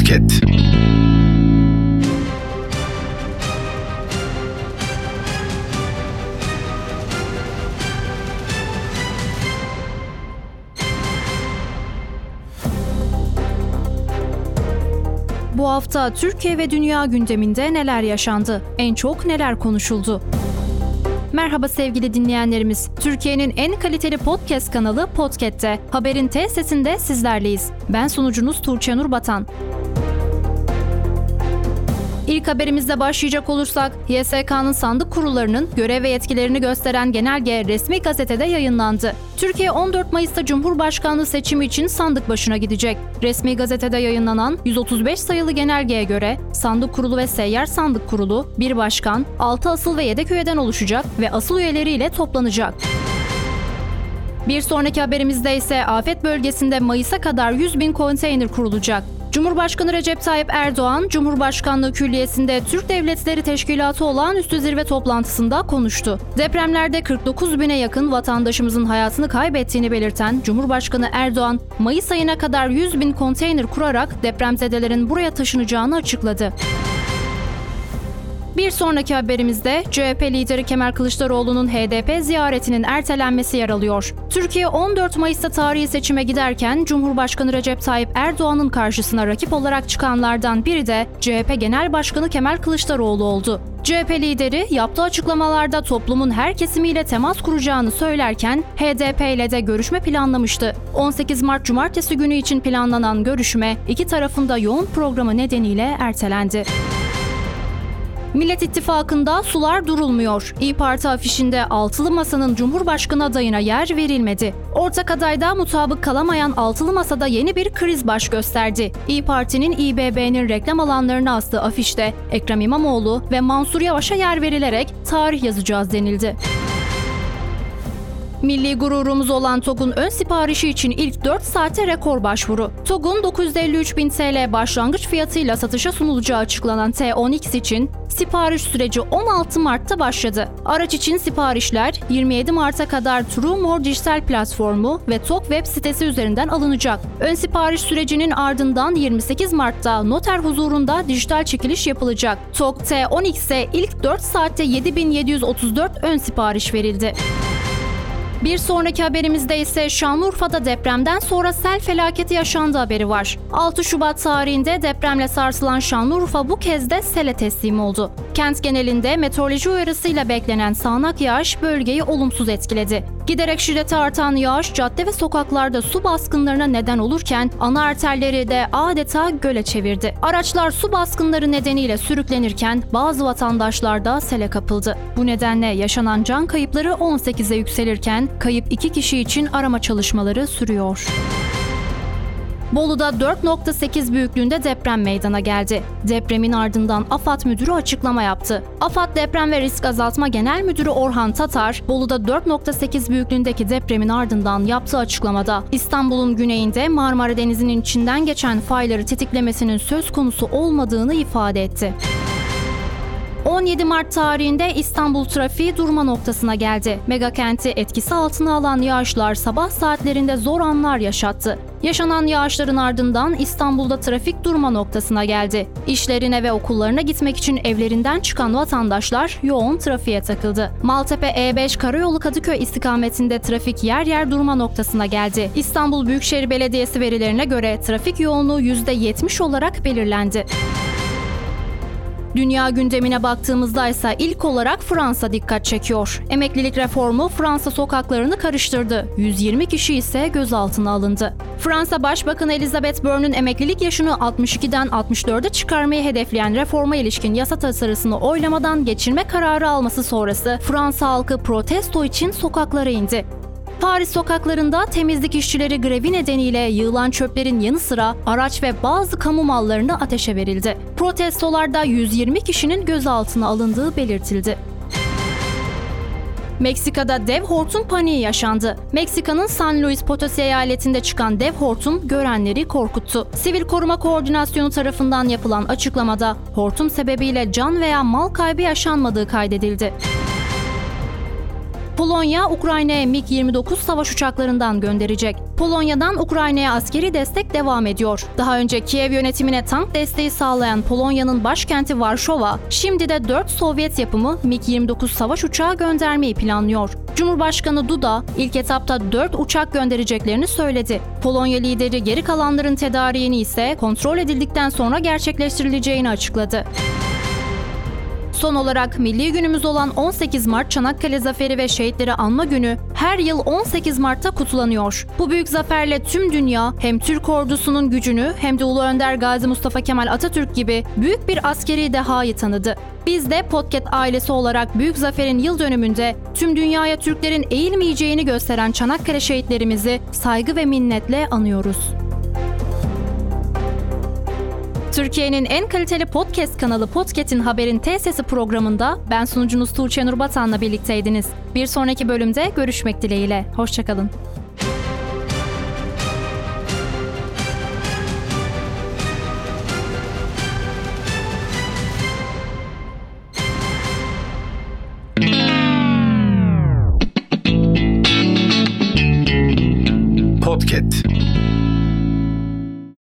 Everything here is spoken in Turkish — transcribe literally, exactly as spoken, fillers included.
Podcast. Bu hafta Türkiye ve dünya gündeminde neler yaşandı? En çok neler konuşuldu? Merhaba sevgili dinleyenlerimiz. Türkiye'nin en kaliteli podcast kanalı Podcast'te. Haberin T sesinde sizlerleyiz. Ben sunucunuz Tuğçe Nur Batan. İlk haberimizle başlayacak olursak, Y S K'nın sandık kurullarının görev ve yetkilerini gösteren genelge resmi gazetede yayınlandı. Türkiye on dört Mayıs'ta Cumhurbaşkanlığı seçimi için sandık başına gidecek. Resmi gazetede yayınlanan yüz otuz beş sayılı genelgeye göre sandık kurulu ve seyyar sandık kurulu bir başkan, altı asıl ve yedek üyeden oluşacak ve asıl üyeleriyle toplanacak. Bir sonraki haberimizde ise afet bölgesinde Mayıs'a kadar yüz bin konteyner kurulacak. Cumhurbaşkanı Recep Tayyip Erdoğan, Cumhurbaşkanlığı Külliyesi'nde Türk Devletleri Teşkilatı olağanüstü zirve toplantısında konuştu. Depremlerde kırk dokuz bine yakın vatandaşımızın hayatını kaybettiğini belirten Cumhurbaşkanı Erdoğan, Mayıs ayına kadar yüz bin konteyner kurarak depremzedelerin buraya taşınacağını açıkladı. Bir sonraki haberimizde C H P lideri Kemal Kılıçdaroğlu'nun H D P ziyaretinin ertelenmesi yer alıyor. Türkiye on dört Mayıs'ta tarihi seçime giderken Cumhurbaşkanı Recep Tayyip Erdoğan'ın karşısına rakip olarak çıkanlardan biri de C H P Genel Başkanı Kemal Kılıçdaroğlu oldu. C H P lideri yaptığı açıklamalarda toplumun her kesimiyle temas kuracağını söylerken H D P ile de görüşme planlamıştı. on sekiz Mart Cumartesi günü için planlanan görüşme iki tarafın da yoğun programı nedeniyle ertelendi. Millet İttifakı'nda sular durulmuyor. İYİ Parti afişinde altılı masanın Cumhurbaşkanı adayına yer verilmedi. Ortak adayda mutabık kalamayan altılı masada yeni bir kriz baş gösterdi. İYİ Parti'nin İ B B'nin reklam alanlarına astığı afişte Ekrem İmamoğlu ve Mansur Yavaş'a yer verilerek tarih yazacağız denildi. Milli gururumuz olan TOG'un ön siparişi için ilk dört saate rekor başvuru. TOG'un dokuz yüz elli üç bin TL başlangıç fiyatıyla satışa sunulacağı açıklanan T on X için sipariş süreci on altı Mart'ta başladı. Araç için siparişler yirmi yedi Mart'a kadar TrueMore dijital platformu ve TOG web sitesi üzerinden alınacak. Ön sipariş sürecinin ardından yirmi sekiz Mart'ta noter huzurunda dijital çekiliş yapılacak. TOG T on X'e ilk dört saatte yedi bin yedi yüz otuz dört ön sipariş verildi. Bir sonraki haberimizde ise Şanlıurfa'da depremden sonra sel felaketi yaşandığı haberi var. altı Şubat tarihinde depremle sarsılan Şanlıurfa bu kez de sele teslim oldu. Kent genelinde meteoroloji uyarısıyla beklenen sağanak yağış bölgeyi olumsuz etkiledi. Giderek şiddeti artan yağış cadde ve sokaklarda su baskınlarına neden olurken ana arterleri de adeta göle çevirdi. Araçlar su baskınları nedeniyle sürüklenirken bazı vatandaşlar da sele kapıldı. Bu nedenle yaşanan can kayıpları on sekize yükselirken kayıp iki kişi için arama çalışmaları sürüyor. Bolu'da dört nokta sekiz büyüklüğünde deprem meydana geldi. Depremin ardından AFAD Müdürü açıklama yaptı. AFAD Deprem ve Risk Azaltma Genel Müdürü Orhan Tatar, Bolu'da dört nokta sekiz büyüklüğündeki depremin ardından yaptığı açıklamada İstanbul'un güneyinde Marmara Denizi'nin içinden geçen fayları tetiklemesinin söz konusu olmadığını ifade etti. on yedi Mart tarihinde İstanbul trafiği durma noktasına geldi. Megakenti etkisi altına alan yağışlar sabah saatlerinde zor anlar yaşattı. Yaşanan yağışların ardından İstanbul'da trafik durma noktasına geldi. İşlerine ve okullarına gitmek için evlerinden çıkan vatandaşlar yoğun trafiğe takıldı. Maltepe E beş Karayolu Kadıköy istikametinde trafik yer yer durma noktasına geldi. İstanbul Büyükşehir Belediyesi verilerine göre trafik yoğunluğu yüzde yetmiş olarak belirlendi. Dünya gündemine baktığımızda ise ilk olarak Fransa dikkat çekiyor. Emeklilik reformu Fransa sokaklarını karıştırdı. yüz yirmi kişi ise gözaltına alındı. Fransa Başbakanı Elizabeth Borne'un emeklilik yaşını altmış ikiden altmış dörde çıkarmayı hedefleyen reforma ilişkin yasa tasarısını oylamadan geçirme kararı alması sonrası Fransa halkı protesto için sokaklara indi. Paris sokaklarında temizlik işçileri grevi nedeniyle yığılan çöplerin yanı sıra araç ve bazı kamu mallarını ateşe verildi. Protestolarda yüz yirmi kişinin gözaltına alındığı belirtildi. Meksika'da dev hortum paniği yaşandı. Meksika'nın San Luis Potosi eyaletinde çıkan dev hortum görenleri korkuttu. Sivil Koruma Koordinasyonu tarafından yapılan açıklamada hortum sebebiyle can veya mal kaybı yaşanmadığı kaydedildi. Polonya, Ukrayna'ya MiG yirmi dokuz savaş uçaklarından gönderecek. Polonya'dan Ukrayna'ya askeri destek devam ediyor. Daha önce Kiev yönetimine tank desteği sağlayan Polonya'nın başkenti Varşova, şimdi de dört Sovyet yapımı MiG yirmi dokuz savaş uçağı göndermeyi planlıyor. Cumhurbaşkanı Duda, ilk etapta dört uçak göndereceklerini söyledi. Polonya lideri geri kalanların tedariğini ise kontrol edildikten sonra gerçekleştirileceğini açıkladı. Son olarak milli günümüz olan on sekiz Mart Çanakkale Zaferi ve Şehitleri Anma Günü her yıl on sekiz Mart'ta kutlanıyor. Bu büyük zaferle tüm dünya hem Türk ordusunun gücünü hem de Ulu Önder Gazi Mustafa Kemal Atatürk gibi büyük bir askeri dehayı tanıdı. Biz de Podcast ailesi olarak Büyük Zafer'in yıl dönümünde tüm dünyaya Türklerin eğilmeyeceğini gösteren Çanakkale şehitlerimizi saygı ve minnetle anıyoruz. Türkiye'nin en kaliteli podcast kanalı Podcast'in Haberin T Sesi programında ben sunucunuz Tuğçe Nur Batan'la birlikteydiniz. Bir sonraki bölümde görüşmek dileğiyle. Hoşçakalın. Podcast.